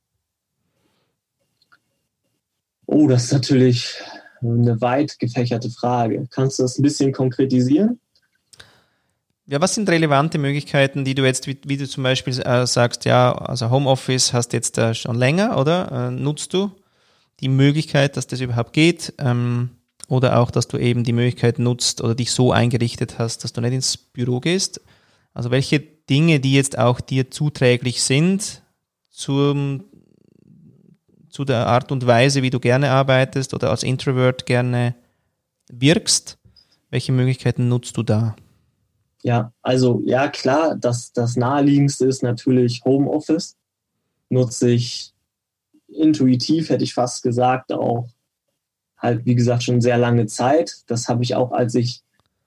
Oh, das ist natürlich eine weit gefächerte Frage. Kannst du das ein bisschen konkretisieren? Ja, was sind relevante Möglichkeiten, die du jetzt, wie du zum Beispiel sagst, ja, also Homeoffice hast jetzt schon länger, oder? Nutzt du die Möglichkeit, dass das überhaupt geht? Oder auch, dass du eben die Möglichkeit nutzt oder dich so eingerichtet hast, dass du nicht ins Büro gehst? Also welche Dinge, die jetzt auch dir zuträglich sind zu der Art und Weise, wie du gerne arbeitest oder als Introvert gerne wirkst, welche Möglichkeiten nutzt du da? Ja, also ja klar, das naheliegendste ist natürlich Homeoffice. Nutze ich intuitiv, hätte ich fast gesagt, auch halt, wie gesagt, schon sehr lange Zeit. Das habe ich auch, als ich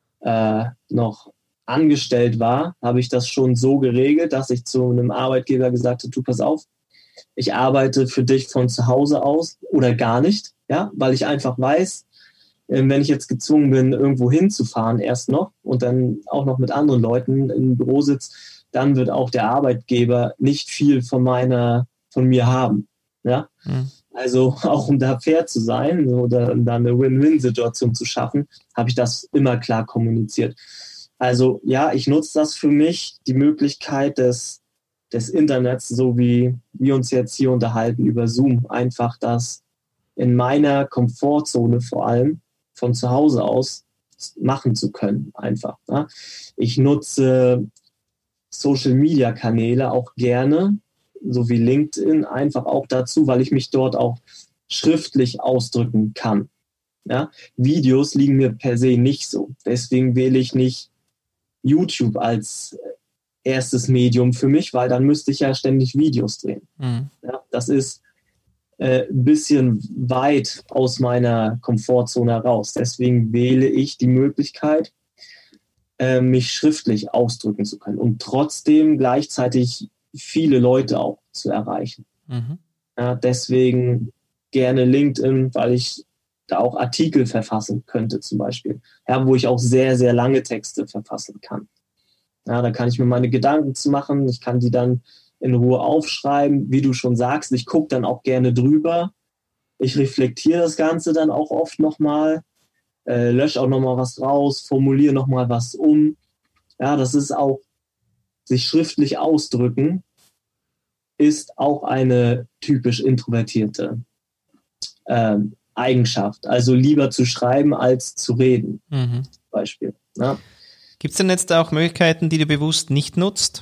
noch angestellt war, habe ich das schon so geregelt, dass ich zu einem Arbeitgeber gesagt habe, du, pass auf, ich arbeite für dich von zu Hause aus oder gar nicht, ja, weil ich einfach weiß, wenn ich jetzt gezwungen bin, irgendwo hinzufahren erst noch und dann auch noch mit anderen Leuten im Büro sitze, dann wird auch der Arbeitgeber nicht viel von mir haben, ja. Mhm. Also auch um da fair zu sein oder um da eine Win-Win-Situation zu schaffen, habe ich das immer klar kommuniziert. Also ja, ich nutze das für mich, die Möglichkeit des Internets, so wie wir uns jetzt hier unterhalten über Zoom, einfach das in meiner Komfortzone vor allem von zu Hause aus machen zu können. Einfach. Ja. Ich nutze Social-Media-Kanäle auch gerne, so wie LinkedIn, einfach auch dazu, weil ich mich dort auch schriftlich ausdrücken kann. Ja? Videos liegen mir per se nicht so. Deswegen wähle ich nicht YouTube als erstes Medium für mich, weil dann müsste ich ja ständig Videos drehen. Mhm. Ja, das ist ein bisschen weit aus meiner Komfortzone heraus. Deswegen wähle ich die Möglichkeit, mich schriftlich ausdrücken zu können und trotzdem gleichzeitig viele Leute auch zu erreichen. Mhm. Ja, deswegen gerne LinkedIn, weil ich da auch Artikel verfassen könnte zum Beispiel, ja, wo ich auch sehr, sehr lange Texte verfassen kann. Ja, da kann ich mir meine Gedanken zu machen, ich kann die dann in Ruhe aufschreiben, wie du schon sagst, ich gucke dann auch gerne drüber, ich reflektiere das Ganze dann auch oft nochmal, lösche auch nochmal was raus, formuliere nochmal was um. Ja, das ist auch, sich schriftlich ausdrücken, ist auch eine typisch introvertierte Eigenschaft. Also lieber zu schreiben als zu reden, zum Beispiel. Ja. Gibt es denn jetzt auch Möglichkeiten, die du bewusst nicht nutzt?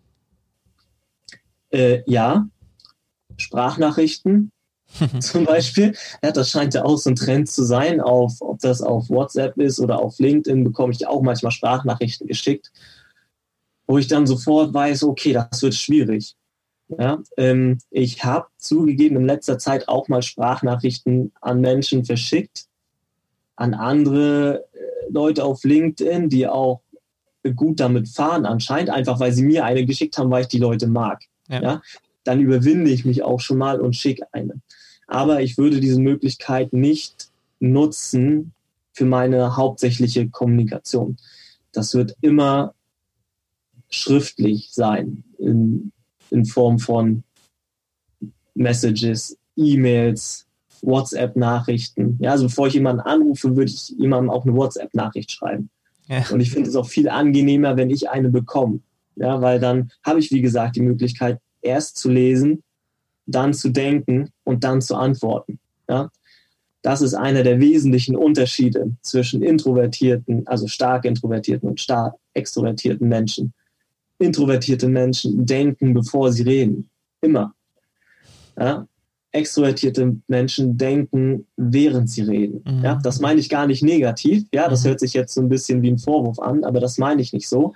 Ja, Sprachnachrichten zum Beispiel. Ja, das scheint ja auch so ein Trend zu sein, ob das auf WhatsApp ist oder auf LinkedIn, bekomme ich auch manchmal Sprachnachrichten geschickt, wo ich dann sofort weiß, okay, das wird schwierig. Ja, ich habe zugegeben in letzter Zeit auch mal Sprachnachrichten an Menschen verschickt, an andere Leute auf LinkedIn, die auch gut damit fahren anscheinend, einfach weil sie mir eine geschickt haben, weil ich die Leute mag. Ja. Ja, dann überwinde ich mich auch schon mal und schicke eine. Aber ich würde diese Möglichkeit nicht nutzen für meine hauptsächliche Kommunikation. Das wird immer schriftlich sein, in Form von Messages, E-Mails, WhatsApp-Nachrichten. Ja, also bevor ich jemanden anrufe, würde ich jemandem auch eine WhatsApp-Nachricht schreiben. Ja. Und ich finde es auch viel angenehmer, wenn ich eine bekomme. Ja, weil dann habe ich, wie gesagt, die Möglichkeit, erst zu lesen, dann zu denken und dann zu antworten. Ja, das ist einer der wesentlichen Unterschiede zwischen introvertierten, also stark introvertierten und stark extrovertierten Menschen. Introvertierte Menschen denken, bevor sie reden. Immer. Ja? Extrovertierte Menschen denken, während sie reden. Mhm. Ja? Das meine ich gar nicht negativ. Ja, das hört sich jetzt so ein bisschen wie ein Vorwurf an, aber das meine ich nicht so.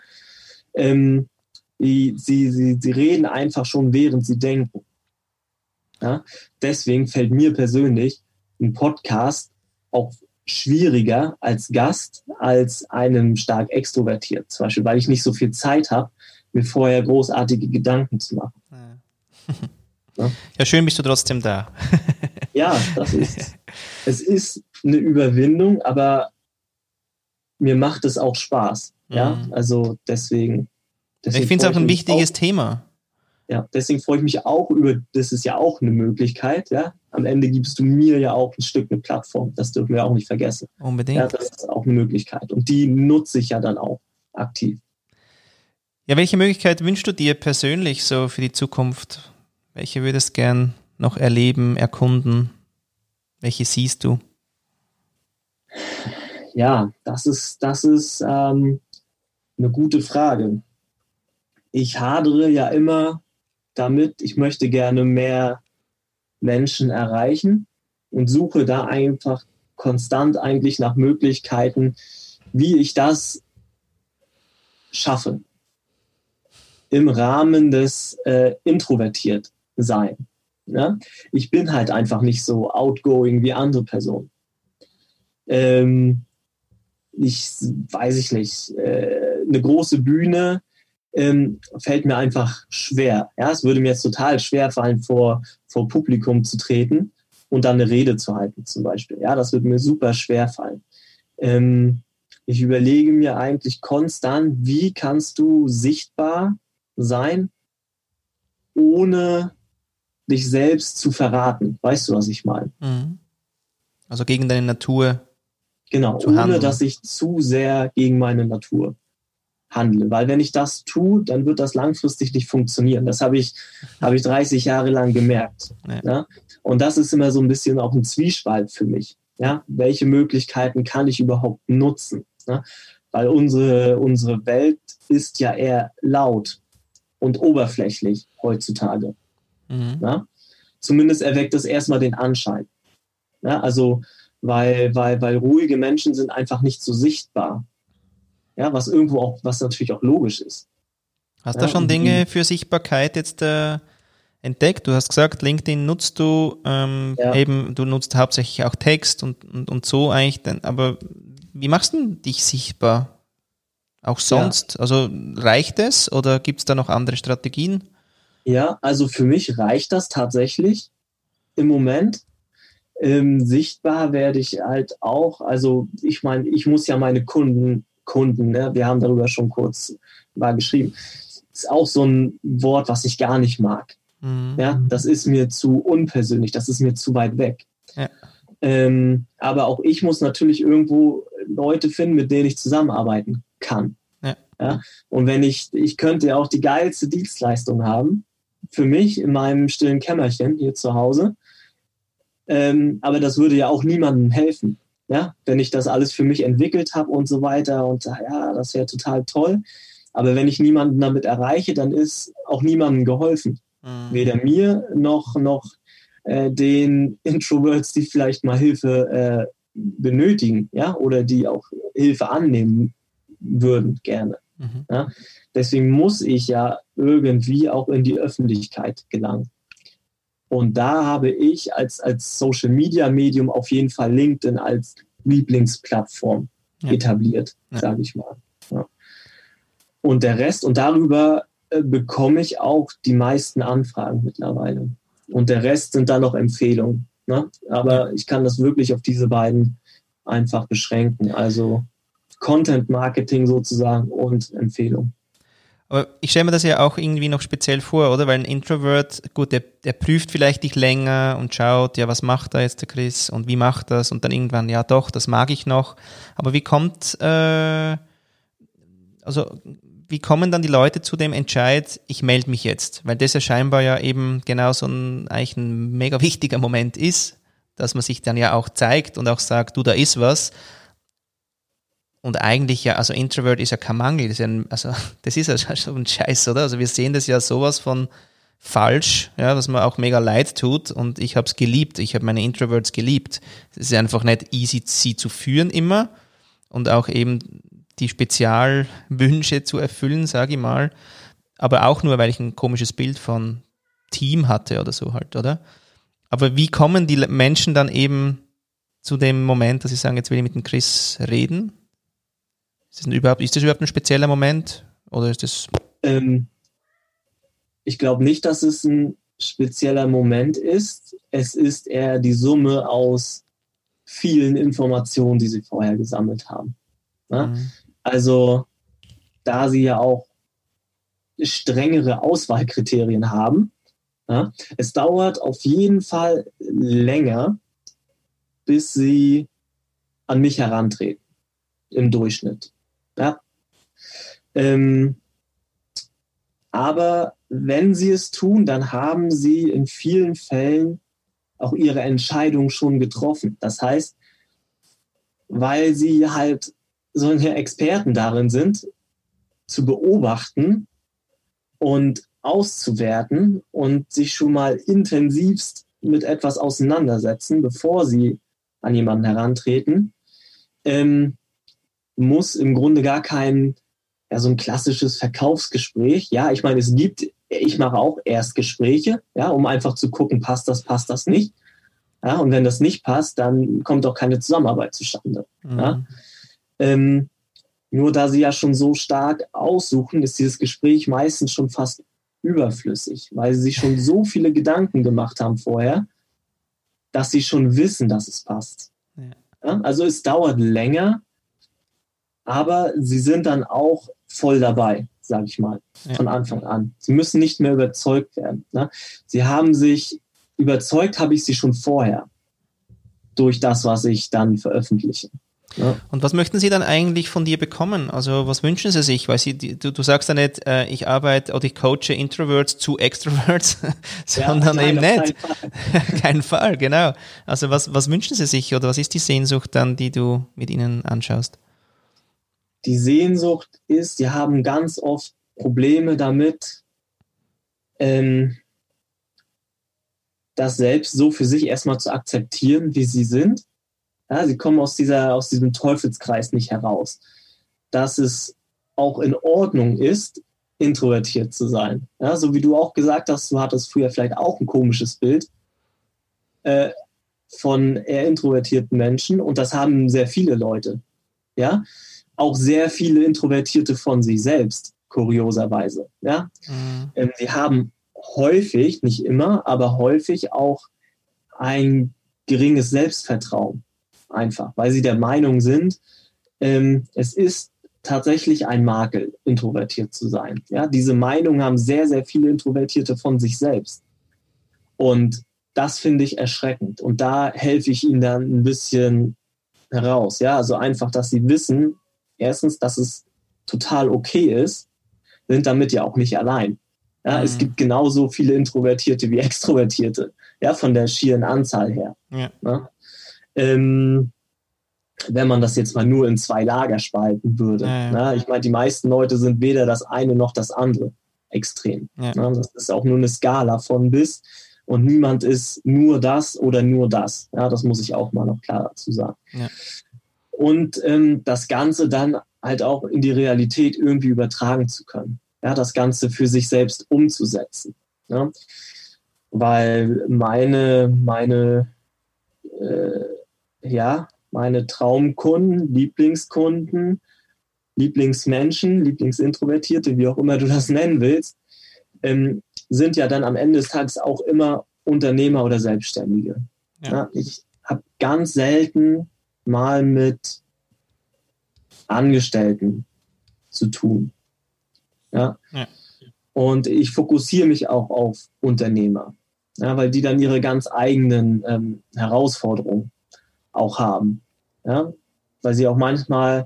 Sie reden einfach schon, während sie denken. Ja? Deswegen fällt mir persönlich ein Podcast auch schwieriger als Gast als einem stark extrovertiert. Zum Beispiel, weil ich nicht so viel Zeit habe, mir vorher großartige Gedanken zu machen. Ja, ja, schön bist du trotzdem da. Ja, es ist eine Überwindung, aber mir macht es auch Spaß. Ja, also deswegen ich finde es auch ein wichtiges Thema. Ja, deswegen freue ich mich auch das ist ja auch eine Möglichkeit, ja. Am Ende gibst du mir ja auch ein Stück eine Plattform. Das dürfen wir auch nicht vergessen. Unbedingt. Ja, das ist auch eine Möglichkeit. Und die nutze ich ja dann auch aktiv. Ja, welche Möglichkeit wünschst du dir persönlich so für die Zukunft? Welche würdest du gern noch erleben, erkunden? Welche siehst du? Ja, das ist eine gute Frage. Ich hadere ja immer damit, ich möchte gerne mehr Menschen erreichen und suche da einfach konstant eigentlich nach Möglichkeiten, wie ich das schaffe. Im Rahmen des Introvertiert-Sein. Ja? Ich bin halt einfach nicht so outgoing wie andere Personen. weiß ich nicht, eine große Bühne fällt mir einfach schwer. Ja, es würde mir jetzt total schwer fallen, vor Publikum zu treten und dann eine Rede zu halten zum Beispiel. Ja, das würde mir super schwer fallen. Ich überlege mir eigentlich konstant, wie kannst du sichtbar sein, ohne dich selbst zu verraten. Weißt du, was ich meine? Mhm. Also gegen deine Natur. Genau, ohne dass ich zu sehr gegen meine Natur handle. Weil wenn ich das tue, dann wird das langfristig nicht funktionieren. Das habe ich 30 Jahre lang gemerkt. Ja. Ja? Und das ist immer so ein bisschen auch ein Zwiespalt für mich. Ja? Welche Möglichkeiten kann ich überhaupt nutzen? Ja? Weil unsere Welt ist ja eher laut und oberflächlich heutzutage. Mhm. Ja? Zumindest erweckt es erstmal den Anschein. Ja? Also, weil ruhige Menschen sind einfach nicht so sichtbar. Ja, was natürlich auch logisch ist. Hast du schon Dinge für Sichtbarkeit jetzt entdeckt? Du hast gesagt, LinkedIn nutzt du, eben, du nutzt hauptsächlich auch Text und so eigentlich, aber wie machst du dich sichtbar? Auch sonst? Ja. Also reicht es oder gibt es da noch andere Strategien? Ja, also für mich reicht das tatsächlich im Moment. Sichtbar werde ich halt auch, also ich meine, ich muss ja meine Kunden, ne? Wir haben darüber schon kurz mal geschrieben, ist auch so ein Wort, was ich gar nicht mag. Mhm. Ja, das ist mir zu unpersönlich, das ist mir zu weit weg. Ja. Aber auch ich muss natürlich irgendwo Leute finden, mit denen ich zusammenarbeiten kann. Ja. Ja? Und wenn ich könnte ja auch die geilste Dienstleistung haben, für mich in meinem stillen Kämmerchen hier zu Hause, aber das würde ja auch niemandem helfen. Ja, wenn ich das alles für mich entwickelt habe und so weiter und ja, das wäre total toll. Aber wenn ich niemanden damit erreiche, dann ist auch niemandem geholfen. Mhm. Weder mir noch den Introverts, die vielleicht mal Hilfe benötigen, ja, oder die auch Hilfe annehmen würden gerne. Mhm. Ja? Deswegen muss ich ja irgendwie auch in die Öffentlichkeit gelangen. Und da habe ich als Social-Media-Medium auf jeden Fall LinkedIn als Lieblingsplattform etabliert, sage ich mal. Ja. Und der Rest, und darüber bekomme ich auch die meisten Anfragen mittlerweile. Und der Rest sind dann noch Empfehlungen. Ne? Aber ich kann das wirklich auf diese beiden einfach beschränken. Also Content-Marketing sozusagen und Empfehlung. Aber ich stelle mir das ja auch irgendwie noch speziell vor, oder? Weil ein Introvert, gut, der prüft vielleicht dich länger und schaut, ja, was macht da jetzt der Chris und wie macht das? Und dann irgendwann, ja doch, das mag ich noch. Aber wie kommen dann die Leute zu dem Entscheid, ich melde mich jetzt? Weil das ja scheinbar ja eben genau so eigentlich ein mega wichtiger Moment ist, dass man sich dann ja auch zeigt und auch sagt, du, da ist was. Und eigentlich ja, also Introvert ist ja kein Mangel, das ist ja so ein Scheiß, oder? Also wir sehen das ja sowas von falsch, ja, was mir auch mega leid tut und ich habe es geliebt, ich habe meine Introverts geliebt. Es ist einfach nicht easy, sie zu führen immer und auch eben die Spezialwünsche zu erfüllen, sage ich mal, aber auch nur, weil ich ein komisches Bild von Team hatte oder so halt, oder? Aber wie kommen die Menschen dann zu dem Moment, dass sie sagen, jetzt will ich mit dem Chris reden? Ist das überhaupt ein spezieller Moment? Oder ist das? Ich glaube nicht, dass es ein spezieller Moment ist. Es ist eher die Summe aus vielen Informationen, die sie vorher gesammelt haben. Ja? Mhm. Also, da sie ja auch strengere Auswahlkriterien haben, ja, es dauert auf jeden Fall länger, bis sie an mich herantreten, im Durchschnitt. Ja. Aber wenn sie es tun, dann haben sie in vielen Fällen auch ihre Entscheidung schon getroffen. Das heißt, weil sie halt solche Experten darin sind, zu beobachten und auszuwerten und sich schon mal intensivst mit etwas auseinandersetzen, bevor sie an jemanden herantreten, muss im Grunde gar kein, so ein klassisches Verkaufsgespräch. Ja, ich meine, ich mache auch Erstgespräche, ja, um einfach zu gucken, passt das nicht. Ja, und wenn das nicht passt, dann kommt auch keine Zusammenarbeit zustande. Ja? Nur da sie ja schon so stark aussuchen, ist dieses Gespräch meistens schon fast überflüssig, weil sie sich schon so viele Gedanken gemacht haben vorher, dass sie schon wissen, dass es passt. Ja. Ja, also es dauert länger, aber sie sind dann auch voll dabei, sage ich mal, von Anfang an. Sie müssen nicht mehr überzeugt werden. Ne? Sie haben sich überzeugt, habe ich sie schon vorher durch das, was ich dann veröffentliche. Ja. Und was möchten Sie dann eigentlich von dir bekommen? Also was wünschen Sie sich? Weil du sagst ja nicht, ich arbeite oder ich coache Introverts zu Extroverts, sondern eben nicht. Kein Fall, genau. Also was wünschen Sie sich oder was ist die Sehnsucht dann, die du mit ihnen anschaust? Die Sehnsucht ist, die haben ganz oft Probleme damit, das selbst so für sich erstmal zu akzeptieren, wie sie sind. Ja, sie kommen aus diesem Teufelskreis nicht heraus. Dass es auch in Ordnung ist, introvertiert zu sein. Ja, so wie du auch gesagt hast, du hattest früher vielleicht auch ein komisches Bild von eher introvertierten Menschen und das haben sehr viele Leute. Ja, auch sehr viele Introvertierte von sich selbst, kurioserweise. Ja, sie haben häufig, nicht immer, aber häufig auch ein geringes Selbstvertrauen. Einfach, weil sie der Meinung sind, es ist tatsächlich ein Makel, introvertiert zu sein. Ja, diese Meinung haben sehr, sehr viele Introvertierte von sich selbst. Und das finde ich erschreckend. Und da helfe ich ihnen dann ein bisschen heraus. Ja, also einfach, dass sie wissen, erstens, dass es total okay ist, sind damit ja auch nicht allein. Ja, es gibt genauso viele Introvertierte wie Extrovertierte, ja, von der schieren Anzahl her. Ja. Ja? Wenn man das jetzt mal nur in 2 Lager spalten würde. Ja. Ich meine, die meisten Leute sind weder das eine noch das andere extrem. Ja. Das ist auch nur eine Skala von bis und niemand ist nur das oder nur das. Ja, das muss ich auch mal noch klar dazu sagen. Ja. Und das Ganze dann halt auch in die Realität irgendwie übertragen zu können. Ja, das Ganze für sich selbst umzusetzen. Ja? Weil meine Traumkunden, Lieblingskunden, Lieblingsmenschen, Lieblingsintrovertierte, wie auch immer du das nennen willst, sind ja dann am Ende des Tages auch immer Unternehmer oder Selbstständige. Ja. Ja, ich habe ganz selten mal mit Angestellten zu tun. Ja? Ja. Und ich fokussiere mich auch auf Unternehmer, ja, weil die dann ihre ganz eigenen Herausforderungen auch haben. Ja? Weil sie auch manchmal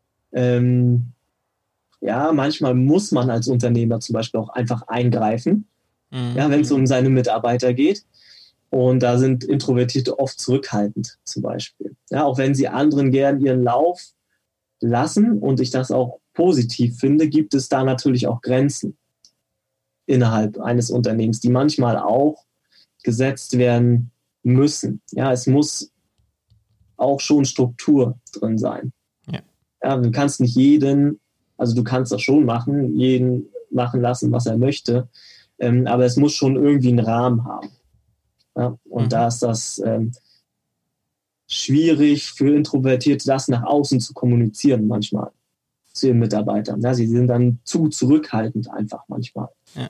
manchmal muss man als Unternehmer zum Beispiel auch einfach eingreifen, ja, wenn es um seine Mitarbeiter geht. Und da sind Introvertierte oft zurückhaltend zum Beispiel. Ja, auch wenn sie anderen gern ihren Lauf lassen und ich das auch positiv finde, gibt es da natürlich auch Grenzen innerhalb eines Unternehmens, die manchmal auch gesetzt werden müssen. Ja, es muss auch schon Struktur drin sein. Ja. Ja, du kannst nicht jeden das schon machen, jeden machen lassen, was er möchte, aber es muss schon irgendwie einen Rahmen haben. Ja, und da ist das schwierig für Introvertierte, das nach außen zu kommunizieren manchmal zu ihren Mitarbeitern. Ja, sie sind dann zu zurückhaltend einfach manchmal. Ja.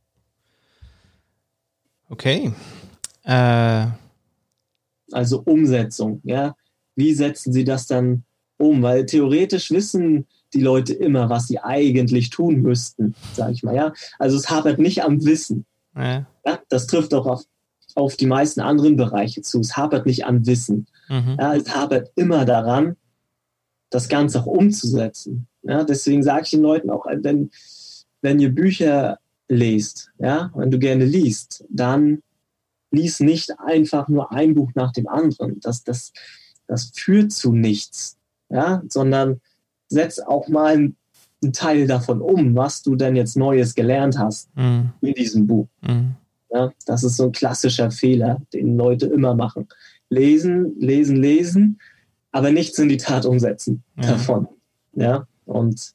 Okay. Also Umsetzung, ja. Wie setzen sie das dann um? Weil theoretisch wissen die Leute immer, was sie eigentlich tun müssten, sage ich mal. Ja? Also es hapert nicht am Wissen. Ja. Ja, das trifft auch auf die meisten anderen Bereiche zu. Es hapert nicht an Wissen. Ja, es hapert immer daran, das Ganze auch umzusetzen. Ja, deswegen sage ich den Leuten auch, wenn ihr Bücher lest, ja, wenn du gerne liest, dann lies nicht einfach nur ein Buch nach dem anderen. Das führt zu nichts, ja, sondern setz auch mal einen Teil davon um, was du denn jetzt Neues gelernt hast in diesem Buch. Ja, das ist so ein klassischer Fehler, den Leute immer machen. Lesen, aber nichts in die Tat umsetzen davon. Ja, und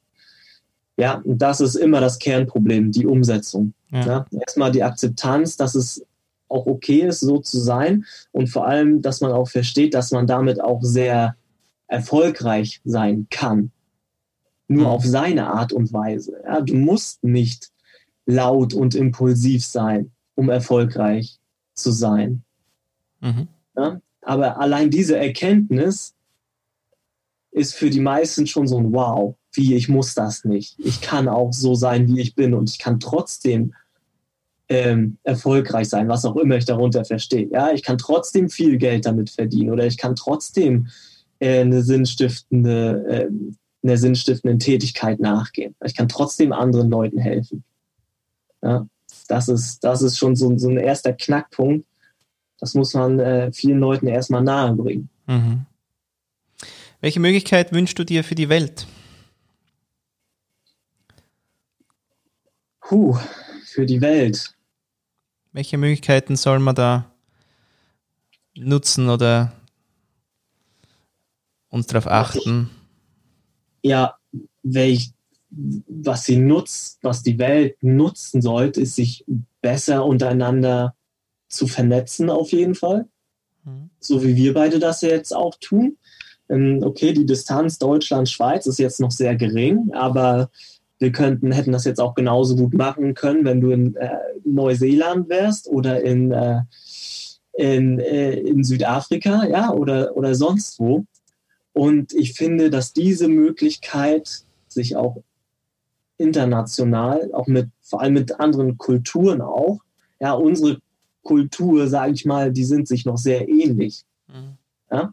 das ist immer das Kernproblem, die Umsetzung. Ja. Ja, erstmal die Akzeptanz, dass es auch okay ist, so zu sein und vor allem, dass man auch versteht, dass man damit auch sehr erfolgreich sein kann. Nur auf seine Art und Weise. Ja, du musst nicht laut und impulsiv sein, um erfolgreich zu sein. Ja? Aber allein diese Erkenntnis ist für die meisten schon so ein Wow, ich muss das nicht. Ich kann auch so sein, wie ich bin und ich kann trotzdem erfolgreich sein, was auch immer ich darunter verstehe. Ja, ich kann trotzdem viel Geld damit verdienen oder ich kann trotzdem einer sinnstiftenden Tätigkeit nachgehen. Ich kann trotzdem anderen Leuten helfen. Ja, das ist schon so ein erster Knackpunkt. Das muss man vielen Leuten erstmal nahebringen. Welche Möglichkeit wünschst du dir für die Welt? Für die Welt. Welche Möglichkeiten soll man da nutzen oder uns darauf achten? Ja, was die Welt nutzen sollte, ist, sich besser untereinander zu vernetzen auf jeden Fall. So wie wir beide das jetzt auch tun. Okay, die Distanz Deutschland-Schweiz ist jetzt noch sehr gering, aber wir hätten das jetzt auch genauso gut machen können, wenn du in Neuseeland wärst oder in Südafrika, ja, oder sonst wo. Und ich finde, dass diese Möglichkeit, sich auch international, vor allem mit anderen Kulturen auch, ja, unsere Kultur, sage ich mal, die sind sich noch sehr ähnlich. Ja?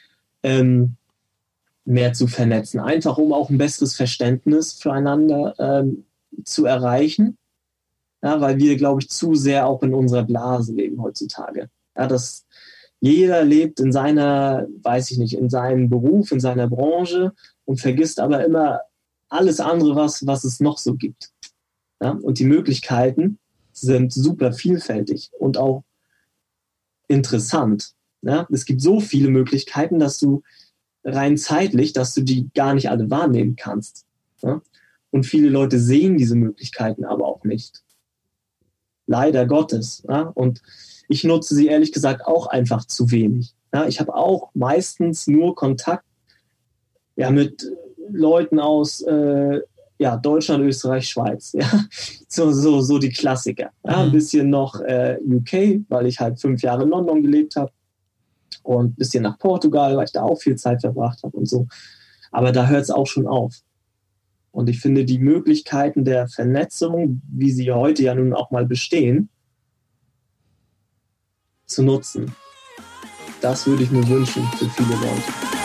Mehr zu vernetzen, einfach um auch ein besseres Verständnis füreinander zu erreichen, ja, weil wir, glaube ich, zu sehr auch in unserer Blase leben heutzutage. Ja, dass jeder lebt in seinem Beruf, in seiner Branche und vergisst aber immer alles andere, was es noch so gibt. Ja, und die Möglichkeiten sind super vielfältig und auch interessant. Ja, es gibt so viele Möglichkeiten, dass du rein zeitlich, dass du die gar nicht alle wahrnehmen kannst. Ja? Und viele Leute sehen diese Möglichkeiten aber auch nicht. Leider Gottes. Ja? Und ich nutze sie ehrlich gesagt auch einfach zu wenig. Ja? Ich habe auch meistens nur Kontakt mit Leuten aus Deutschland, Österreich, Schweiz. Ja? So die Klassiker. Ja? Ein bisschen noch UK, weil ich halt 5 Jahre in London gelebt habe. Und ein bisschen nach Portugal, weil ich da auch viel Zeit verbracht habe und so. Aber da hört es auch schon auf. Und ich finde, die Möglichkeiten der Vernetzung, wie sie heute ja nun auch mal bestehen, zu nutzen, das würde ich mir wünschen für viele Leute.